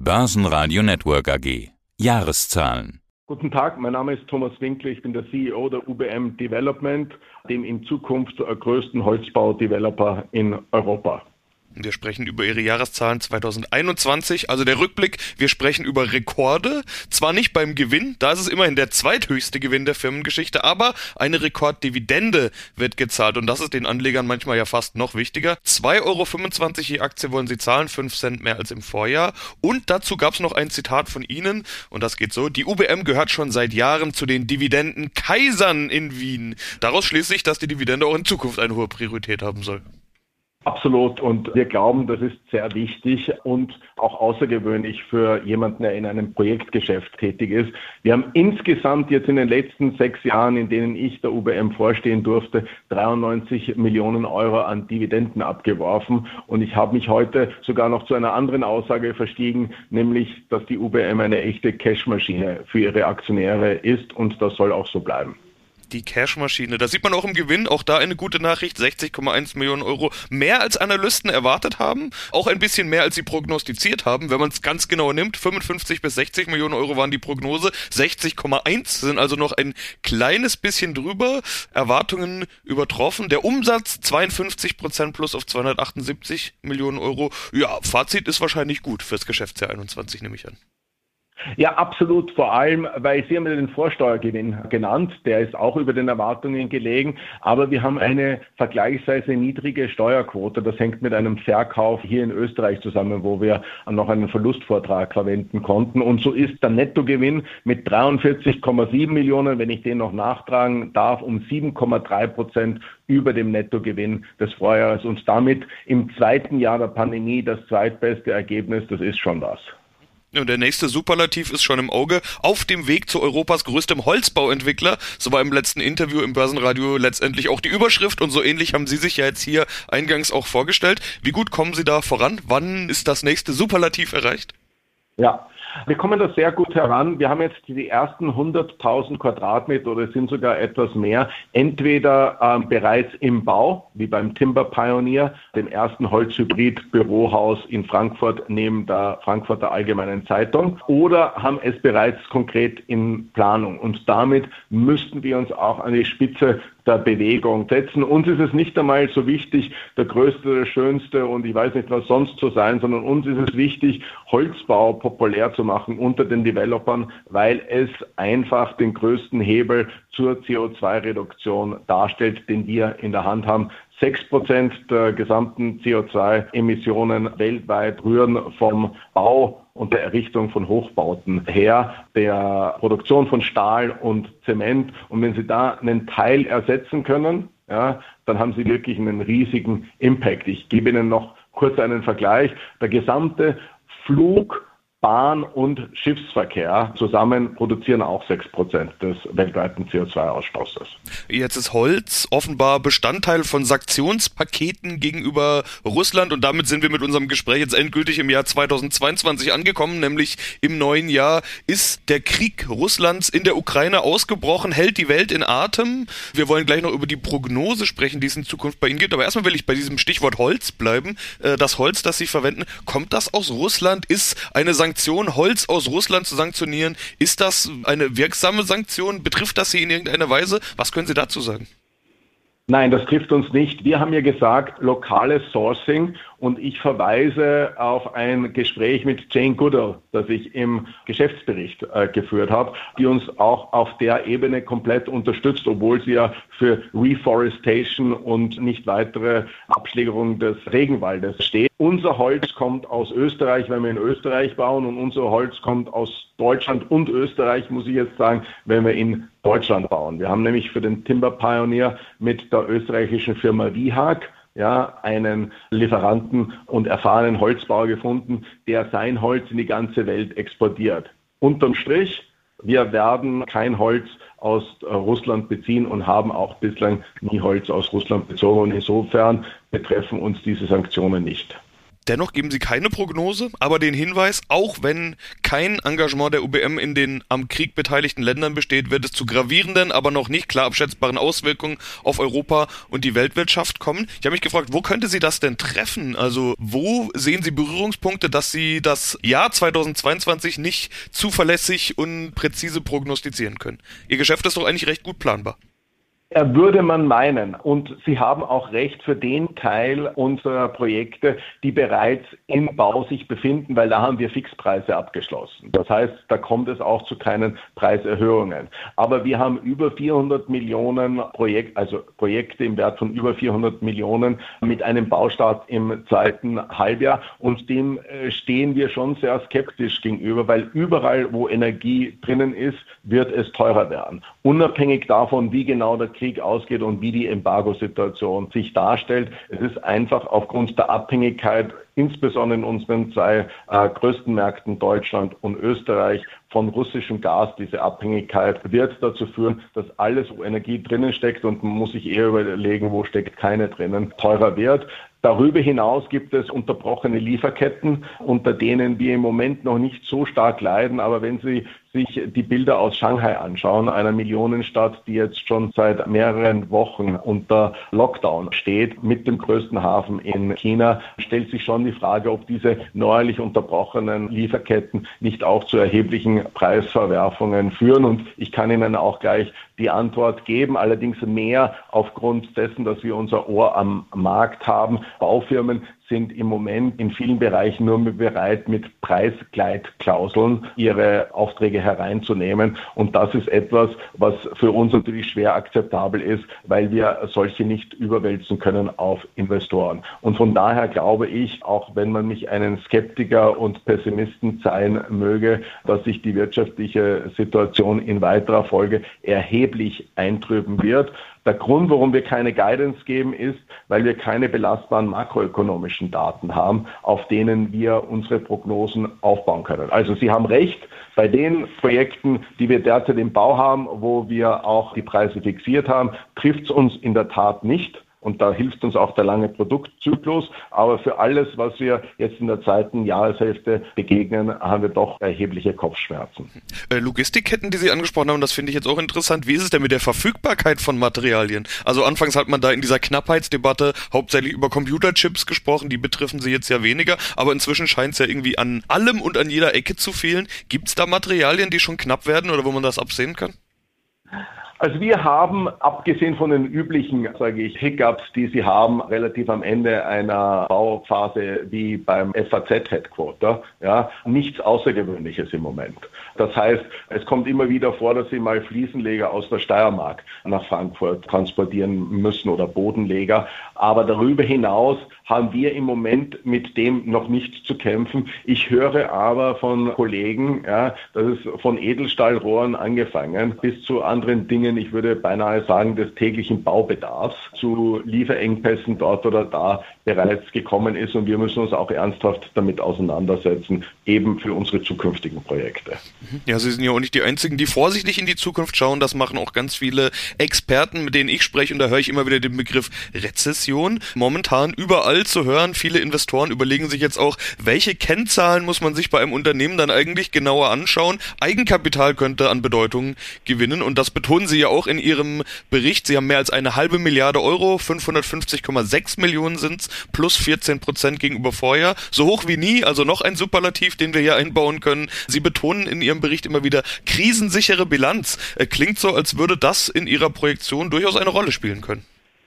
Börsenradio Network AG. Jahreszahlen. Guten Tag, mein Name ist Thomas Winkler, ich bin der CEO der UBM Development, dem in Zukunft größten Holzbau-Developer in Europa. Wir sprechen über Ihre Jahreszahlen 2021, also der Rückblick. Wir sprechen über Rekorde, zwar nicht beim Gewinn, da ist es immerhin der zweithöchste Gewinn der Firmengeschichte, aber eine Rekorddividende wird gezahlt und das ist den Anlegern manchmal ja fast noch wichtiger. 2,25 € je Aktie wollen Sie zahlen, 5 Cent mehr als im Vorjahr. Und dazu gab es noch ein Zitat von Ihnen und das geht so: Die UBM gehört schon seit Jahren zu den Dividendenkaisern in Wien. Daraus schließt sich, dass die Dividende auch in Zukunft eine hohe Priorität haben soll. Absolut, und wir glauben, das ist sehr wichtig und auch außergewöhnlich für jemanden, der in einem Projektgeschäft tätig ist. Wir haben insgesamt jetzt in den letzten 6 Jahren, in denen ich der UBM vorstehen durfte, 93 Millionen Euro an Dividenden abgeworfen und ich habe mich heute sogar noch zu einer anderen Aussage verstiegen, nämlich, dass die UBM eine echte Cashmaschine für ihre Aktionäre ist und das soll auch so bleiben. Die Cashmaschine, das sieht man auch im Gewinn, auch da eine gute Nachricht, 60,1 Millionen Euro, mehr als Analysten erwartet haben, auch ein bisschen mehr als sie prognostiziert haben, wenn man es ganz genau nimmt, 55 bis 60 Millionen Euro waren die Prognose, 60,1 sind also noch ein kleines bisschen drüber, Erwartungen übertroffen, der Umsatz 52% plus auf 278 Millionen Euro, ja, Fazit ist wahrscheinlich gut fürs Geschäftsjahr 21, nehme ich an. Ja, absolut, vor allem, weil Sie haben ja den Vorsteuergewinn genannt, der ist auch über den Erwartungen gelegen, aber wir haben eine vergleichsweise niedrige Steuerquote, das hängt mit einem Verkauf hier in Österreich zusammen, wo wir noch einen Verlustvortrag verwenden konnten und so ist der Nettogewinn mit 43,7 Millionen, wenn ich den noch nachtragen darf, um 7,3% über dem Nettogewinn des Vorjahres und damit im zweiten Jahr der Pandemie das zweitbeste Ergebnis, das ist schon was. Und der nächste Superlativ ist schon im Auge. Auf dem Weg zu Europas größtem Holzbauentwickler. So war im letzten Interview im Börsenradio letztendlich auch die Überschrift. Und so ähnlich haben Sie sich ja jetzt hier eingangs auch vorgestellt. Wie gut kommen Sie da voran? Wann ist das nächste Superlativ erreicht? Ja, wir kommen da sehr gut heran. Wir haben jetzt die ersten 100.000 Quadratmeter oder es sind sogar etwas mehr, entweder bereits im Bau, wie beim Timber Pioneer, dem ersten Holzhybrid-Bürohaus in Frankfurt neben der Frankfurter Allgemeinen Zeitung, oder haben es bereits konkret in Planung. Und damit müssten wir uns auch an die Spitze der Bewegung setzen. Uns ist es nicht einmal so wichtig, der Größte, der Schönste und ich weiß nicht was sonst zu sein, sondern uns ist es wichtig, Holzbau populär zu machen unter den Developern, weil es einfach den größten Hebel zur CO2-Reduktion darstellt, den wir in der Hand haben. 6% der gesamten CO2-Emissionen weltweit rühren vom Bau und der Errichtung von Hochbauten her, der Produktion von Stahl und Zement. Und wenn Sie da einen Teil ersetzen können, ja, dann haben Sie wirklich einen riesigen Impact. Ich gebe Ihnen noch kurz einen Vergleich. Der gesamte Flug, Bahn- und Schiffsverkehr zusammen produzieren auch 6% des weltweiten CO2-Ausstoßes. Jetzt ist Holz offenbar Bestandteil von Sanktionspaketen gegenüber Russland und damit sind wir mit unserem Gespräch jetzt endgültig im Jahr 2022 angekommen, nämlich im neuen Jahr ist der Krieg Russlands in der Ukraine ausgebrochen, hält die Welt in Atem. Wir wollen gleich noch über die Prognose sprechen, die es in Zukunft bei Ihnen gibt, aber erstmal will ich bei diesem Stichwort Holz bleiben. Das Holz, das Sie verwenden, kommt das aus Russland? Ist eine Sanktion, Holz aus Russland zu sanktionieren, ist das eine wirksame Sanktion? Betrifft das Sie in irgendeiner Weise? Was können Sie dazu sagen? Nein, das trifft uns nicht. Wir haben ja gesagt, lokales Sourcing und ich verweise auf ein Gespräch mit Jane Goodall, das ich im Geschäftsbericht geführt habe, die uns auch auf der Ebene komplett unterstützt, obwohl sie ja für Reforestation und nicht weitere Abschlägerung des Regenwaldes steht. Unser Holz kommt aus Österreich, wenn wir in Österreich bauen und unser Holz kommt aus Deutschland und Österreich, muss ich jetzt sagen, wenn wir in Deutschland bauen. Wir haben nämlich für den Timber Pioneer mit der österreichischen Firma Wihag einen Lieferanten und erfahrenen Holzbauer gefunden, der sein Holz in die ganze Welt exportiert. Unterm Strich, wir werden kein Holz aus Russland beziehen und haben auch bislang nie Holz aus Russland bezogen und insofern betreffen uns diese Sanktionen nicht. Dennoch geben Sie keine Prognose, aber den Hinweis, auch wenn kein Engagement der UBM in den am Krieg beteiligten Ländern besteht, wird es zu gravierenden, aber noch nicht klar abschätzbaren Auswirkungen auf Europa und die Weltwirtschaft kommen. Ich habe mich gefragt, wo könnte Sie das denn treffen? Also wo sehen Sie Berührungspunkte, dass Sie das Jahr 2022 nicht zuverlässig und präzise prognostizieren können? Ihr Geschäft ist doch eigentlich recht gut planbar. Würde man meinen. Und Sie haben auch recht für den Teil unserer Projekte, die bereits im Bau sich befinden, weil da haben wir Fixpreise abgeschlossen. Das heißt, da kommt es auch zu keinen Preiserhöhungen. Aber wir haben über 400 Millionen Projekte im Wert von über 400 Millionen mit einem Baustart im zweiten Halbjahr. Und dem stehen wir schon sehr skeptisch gegenüber, weil überall, wo Energie drinnen ist, wird es teurer werden. Unabhängig davon, wie genau der Krieg ausgeht und wie die Embargo-Situation sich darstellt. Es ist einfach aufgrund der Abhängigkeit, insbesondere in unseren zwei größten Märkten Deutschland und Österreich, von russischem Gas. Diese Abhängigkeit wird dazu führen, dass alles, wo Energie drinnen steckt, und man muss sich eher überlegen, wo steckt keine drinnen, teurer wird. Darüber hinaus gibt es unterbrochene Lieferketten, unter denen wir im Moment noch nicht so stark leiden. Aber wenn Sie sich die Bilder aus Shanghai anschauen, einer Millionenstadt, die jetzt schon seit mehreren Wochen unter Lockdown steht, mit dem größten Hafen in China, stellt sich schon die Frage, ob diese neuerlich unterbrochenen Lieferketten nicht auch zu erheblichen Preisverwerfungen führen. Und ich kann Ihnen auch gleich die Antwort geben, allerdings mehr aufgrund dessen, dass wir unser Ohr am Markt haben. Baufirmen sind im Moment in vielen Bereichen nur bereit, mit Preisgleitklauseln ihre Aufträge hereinzunehmen. Und das ist etwas, was für uns natürlich schwer akzeptabel ist, weil wir solche nicht überwälzen können auf Investoren. Und von daher glaube ich, auch wenn man mich einen Skeptiker und Pessimisten sein möge, dass sich die wirtschaftliche Situation in weiterer Folge erheblich eintrüben wird. Der Grund, warum wir keine Guidance geben, ist, weil wir keine belastbaren makroökonomischen Daten haben, auf denen wir unsere Prognosen aufbauen können. Also Sie haben recht, bei den Projekten, die wir derzeit im Bau haben, wo wir auch die Preise fixiert haben, trifft es uns in der Tat nicht. Und da hilft uns auch der lange Produktzyklus. Aber für alles, was wir jetzt in der zweiten Jahreshälfte begegnen, haben wir doch erhebliche Kopfschmerzen. Logistikketten, die Sie angesprochen haben, das finde ich jetzt auch interessant. Wie ist es denn mit der Verfügbarkeit von Materialien? Also anfangs hat man da in dieser Knappheitsdebatte hauptsächlich über Computerchips gesprochen. Die betreffen Sie jetzt ja weniger. Aber inzwischen scheint es ja irgendwie an allem und an jeder Ecke zu fehlen. Gibt es da Materialien, die schon knapp werden oder wo man das absehen kann? Also wir haben, abgesehen von den üblichen, Hiccups, die Sie haben, relativ am Ende einer Bauphase wie beim FAZ-Headquarter, nichts Außergewöhnliches im Moment. Das heißt, es kommt immer wieder vor, dass Sie mal Fliesenleger aus der Steiermark nach Frankfurt transportieren müssen oder Bodenleger. Aber darüber hinaus haben wir im Moment mit dem noch nicht zu kämpfen. Ich höre aber von Kollegen, dass es von Edelstahlrohren angefangen bis zu anderen Dingen, ich würde beinahe sagen, des täglichen Baubedarfs, zu Lieferengpässen dort oder da bereits gekommen ist. Und wir müssen uns auch ernsthaft damit auseinandersetzen, eben für unsere zukünftigen Projekte. Ja, Sie sind ja auch nicht die Einzigen, die vorsichtig in die Zukunft schauen. Das machen auch ganz viele Experten, mit denen ich spreche. Und da höre ich immer wieder den Begriff Rezession. Momentan überall zu hören. Viele Investoren überlegen sich jetzt auch, welche Kennzahlen muss man sich bei einem Unternehmen dann eigentlich genauer anschauen. Eigenkapital könnte an Bedeutung gewinnen. Und das betonen Sie ja auch in Ihrem Bericht. Sie haben mehr als 1,5 Milliarde Euro, 550,6 Millionen sind's, plus 14% gegenüber Vorjahr. So hoch wie nie, also noch ein Superlativ, den wir hier einbauen können. Sie betonen in Ihrem Bericht immer wieder krisensichere Bilanz. Klingt so, als würde das in Ihrer Projektion durchaus eine Rolle spielen können.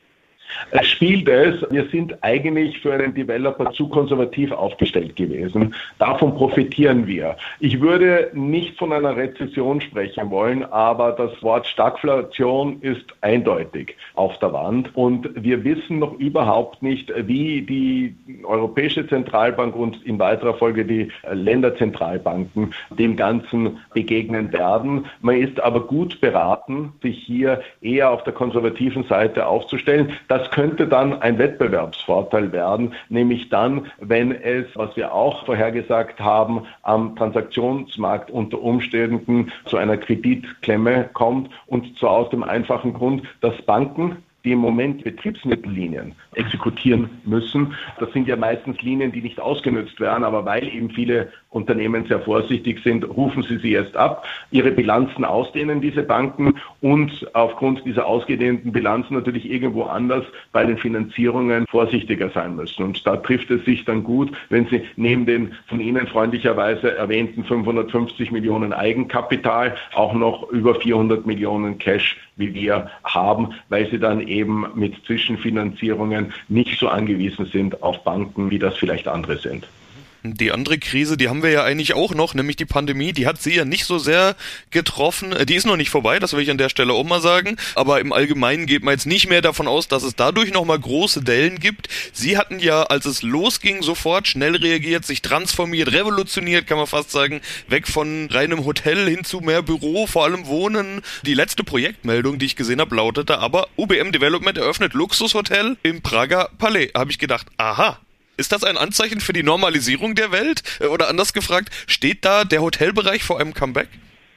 Es spielt es. Wir sind eigentlich für einen Developer zu konservativ aufgestellt gewesen. Davon profitieren wir. Ich würde nicht von einer Rezession sprechen wollen, aber das Wort Stagflation ist eindeutig auf der Wand. Und wir wissen noch überhaupt nicht, wie die Europäische Zentralbank und in weiterer Folge die Länderzentralbanken dem Ganzen begegnen werden. Man ist aber gut beraten, sich hier eher auf der konservativen Seite aufzustellen. Das könnte dann ein Wettbewerbsvorteil werden, nämlich dann, wenn es, was wir auch vorhergesagt haben, am Transaktionsmarkt unter Umständen zu einer Kreditklemme kommt, und zwar aus dem einfachen Grund, dass Banken, die im Moment Betriebsmittellinien exekutieren müssen. Das sind ja meistens Linien, die nicht ausgenutzt werden, aber weil eben viele Unternehmen sehr vorsichtig sind, rufen sie jetzt ab, ihre Bilanzen ausdehnen, diese Banken, und aufgrund dieser ausgedehnten Bilanzen natürlich irgendwo anders bei den Finanzierungen vorsichtiger sein müssen. Und da trifft es sich dann gut, wenn sie neben den von Ihnen freundlicherweise erwähnten 550 Millionen Eigenkapital auch noch über 400 Millionen Cash wie wir haben, weil sie dann eben mit Zwischenfinanzierungen nicht so angewiesen sind auf Banken, wie das vielleicht andere sind. Die andere Krise, die haben wir ja eigentlich auch noch, nämlich die Pandemie, die hat sie ja nicht so sehr getroffen. Die ist noch nicht vorbei, das will ich an der Stelle auch mal sagen. Aber im Allgemeinen geht man jetzt nicht mehr davon aus, dass es dadurch nochmal große Dellen gibt. Sie hatten ja, als es losging, sofort schnell reagiert, sich transformiert, revolutioniert, kann man fast sagen, weg von reinem Hotel hin zu mehr Büro, vor allem Wohnen. Die letzte Projektmeldung, die ich gesehen habe, lautete aber, UBM Development eröffnet Luxushotel im Prager Palais. Habe ich gedacht, aha. Ist das ein Anzeichen für die Normalisierung der Welt? Oder anders gefragt, steht da der Hotelbereich vor einem Comeback?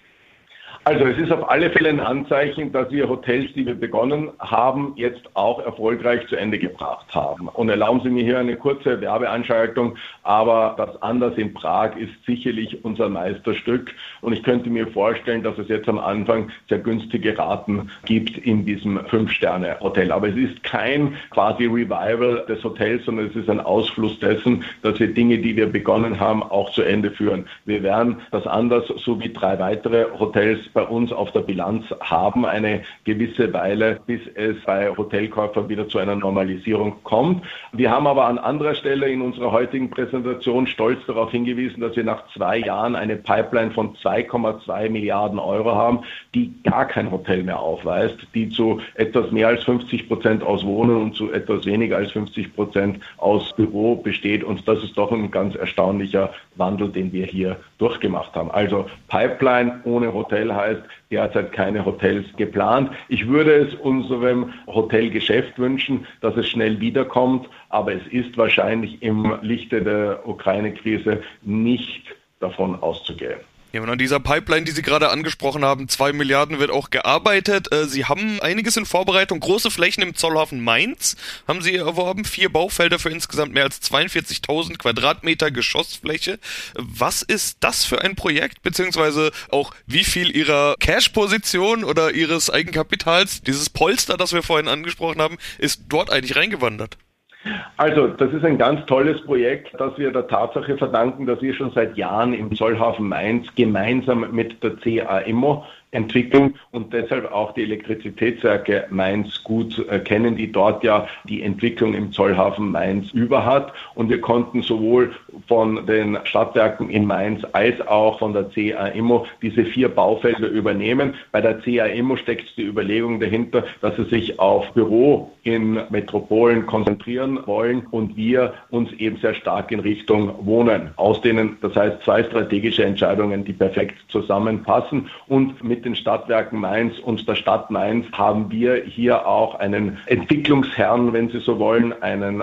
Also es ist auf alle Fälle ein Anzeichen, dass wir Hotels, die wir begonnen haben, jetzt auch erfolgreich zu Ende gebracht haben. Und erlauben Sie mir hier eine kurze Werbeanschaltung, aber das Anders in Prag ist sicherlich unser Meisterstück. Und ich könnte mir vorstellen, dass es jetzt am Anfang sehr günstige Raten gibt in diesem 5-Sterne-Hotel. Aber es ist kein quasi Revival des Hotels, sondern es ist ein Ausfluss dessen, dass wir Dinge, die wir begonnen haben, auch zu Ende führen. Wir werden das Anders sowie 3 weitere Hotels bei uns auf der Bilanz haben, eine gewisse Weile, bis es bei Hotelkäufern wieder zu einer Normalisierung kommt. Wir haben aber an anderer Stelle in unserer heutigen Präsentation stolz darauf hingewiesen, dass wir nach 2 Jahren eine Pipeline von 2,2 Milliarden Euro haben, die gar kein Hotel mehr aufweist, die zu etwas mehr als 50% aus Wohnen und zu etwas weniger als 50% aus Büro besteht. Und das ist doch ein ganz erstaunlicher Wandel, den wir hier durchgemacht haben. Also Pipeline ohne Hotel heißt derzeit keine Hotels geplant. Ich würde es unserem Hotelgeschäft wünschen, dass es schnell wiederkommt, aber es ist wahrscheinlich im Lichte der Ukraine-Krise nicht davon auszugehen. Ja, und an dieser Pipeline, die Sie gerade angesprochen haben, 2 Milliarden wird auch gearbeitet. Sie haben einiges in Vorbereitung. Große Flächen im Zollhafen Mainz haben Sie erworben. 4 Baufelder für insgesamt mehr als 42.000 Quadratmeter Geschossfläche. Was ist das für ein Projekt? Beziehungsweise auch wie viel Ihrer Cash-Position oder Ihres Eigenkapitals, dieses Polster, das wir vorhin angesprochen haben, ist dort eigentlich reingewandert? Also, das ist ein ganz tolles Projekt, das wir der Tatsache verdanken, dass wir schon seit Jahren im Zollhafen Mainz gemeinsam mit der CA Immo entwickeln und deshalb auch die Elektrizitätswerke Mainz gut kennen, die dort ja die Entwicklung im Zollhafen Mainz über hat. Und wir konnten sowohl von den Stadtwerken in Mainz als auch von der CA Immo diese 4 Baufelder übernehmen. Bei der CA Immo steckt die Überlegung dahinter, dass sie sich auf Büro in Metropolen konzentrieren wollen und wir uns eben sehr stark in Richtung Wohnen ausdehnen. Das heißt, 2 strategische Entscheidungen, die perfekt zusammenpassen. Und mit den Stadtwerken Mainz und der Stadt Mainz haben wir hier auch einen Entwicklungsherrn, wenn Sie so wollen, einen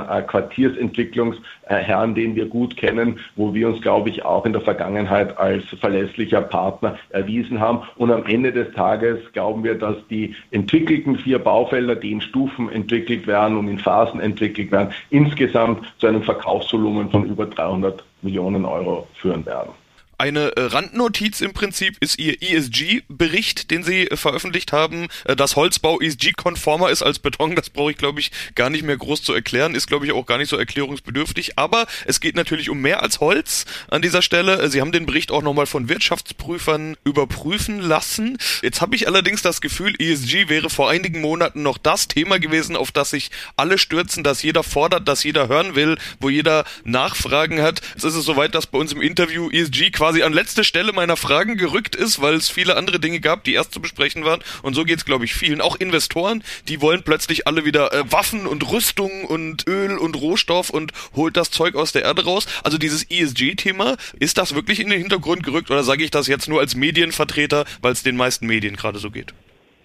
Quartiersentwicklungsherrn, den wir gut kennen, wo wir uns, glaube ich, auch in der Vergangenheit als verlässlicher Partner erwiesen haben. Und am Ende des Tages glauben wir, dass die entwickelten 4 Baufelder, die in Stufen entwickelt werden und in Phasen entwickelt werden, insgesamt zu einem Verkaufsvolumen von über 300 Millionen Euro führen werden. Eine Randnotiz im Prinzip ist Ihr ESG-Bericht, den Sie veröffentlicht haben, dass Holzbau ESG-konformer ist als Beton. Das brauche ich, glaube ich, gar nicht mehr groß zu erklären, ist, glaube ich, auch gar nicht so erklärungsbedürftig. Aber es geht natürlich um mehr als Holz an dieser Stelle. Sie haben den Bericht auch nochmal von Wirtschaftsprüfern überprüfen lassen. Jetzt habe ich allerdings das Gefühl, ESG wäre vor einigen Monaten noch das Thema gewesen, auf das sich alle stürzen, das jeder fordert, das jeder hören will, wo jeder Nachfragen hat. Jetzt ist es soweit, dass bei uns im Interview ESG quasi an letzte Stelle meiner Fragen gerückt ist, weil es viele andere Dinge gab, die erst zu besprechen waren. Und so geht es, glaube ich, vielen. Auch Investoren, die wollen plötzlich alle wieder Waffen und Rüstung und Öl und Rohstoff und holt das Zeug aus der Erde raus. Also dieses ESG-Thema, ist das wirklich in den Hintergrund gerückt oder sage ich das jetzt nur als Medienvertreter, weil es den meisten Medien gerade so geht?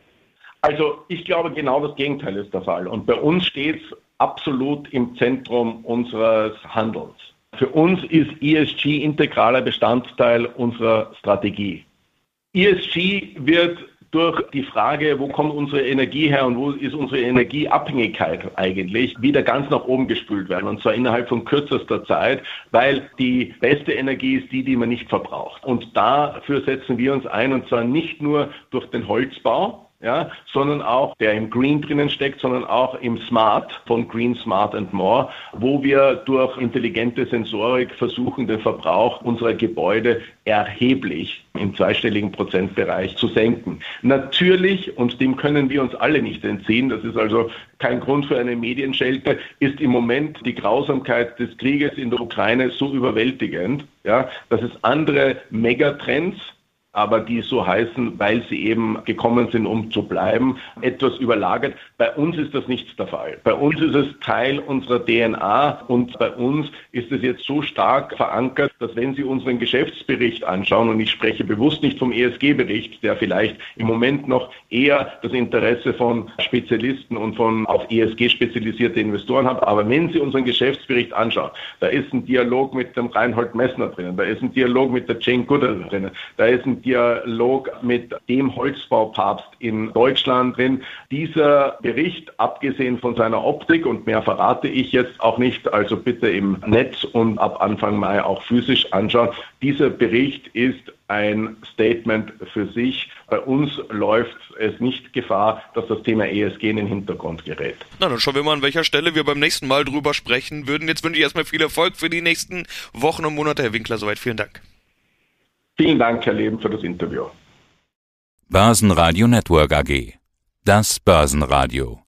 Also ich glaube, genau das Gegenteil ist der Fall. Und bei uns steht es absolut im Zentrum unseres Handelns. Für uns ist ESG integraler Bestandteil unserer Strategie. ESG wird durch die Frage, wo kommt unsere Energie her und wo ist unsere Energieabhängigkeit eigentlich, wieder ganz nach oben gespült werden. Und zwar innerhalb von kürzester Zeit, weil die beste Energie ist die man nicht verbraucht. Und dafür setzen wir uns ein, und zwar nicht nur durch den Holzbau, sondern auch, der im Green drinnen steckt, sondern auch im Smart von Green, Smart and More, wo wir durch intelligente Sensorik versuchen, den Verbrauch unserer Gebäude erheblich im zweistelligen Prozentbereich zu senken. Natürlich, und dem können wir uns alle nicht entziehen, das ist also kein Grund für eine Medienschelte, ist im Moment die Grausamkeit des Krieges in der Ukraine so überwältigend, dass es andere Megatrends, aber die so heißen, weil sie eben gekommen sind, um zu bleiben, etwas überlagert. Bei uns ist das nicht der Fall. Bei uns ist es Teil unserer DNA und bei uns ist es jetzt so stark verankert, dass wenn Sie unseren Geschäftsbericht anschauen, und ich spreche bewusst nicht vom ESG-Bericht, der vielleicht im Moment noch eher das Interesse von Spezialisten und von auf ESG spezialisierte Investoren hat, aber wenn Sie unseren Geschäftsbericht anschauen, da ist ein Dialog mit dem Reinhold Messner drinnen, da ist ein Dialog mit der Jane Goodall drinnen, da ist ein Dialog mit dem Holzbaupapst in Deutschland drin. Dieser Bericht, abgesehen von seiner Optik, und mehr verrate ich jetzt auch nicht, also bitte im Netz und ab Anfang Mai auch physisch anschauen, dieser Bericht ist ein Statement für sich. Bei uns läuft es nicht Gefahr, dass das Thema ESG in den Hintergrund gerät. Na, dann schauen wir mal, an welcher Stelle wir beim nächsten Mal drüber sprechen würden. Jetzt wünsche ich erstmal viel Erfolg für die nächsten Wochen und Monate. Herr Winkler, soweit. Vielen Dank. Vielen Dank, Herr Leben, für das Interview. Börsenradio Network AG. Das Börsenradio.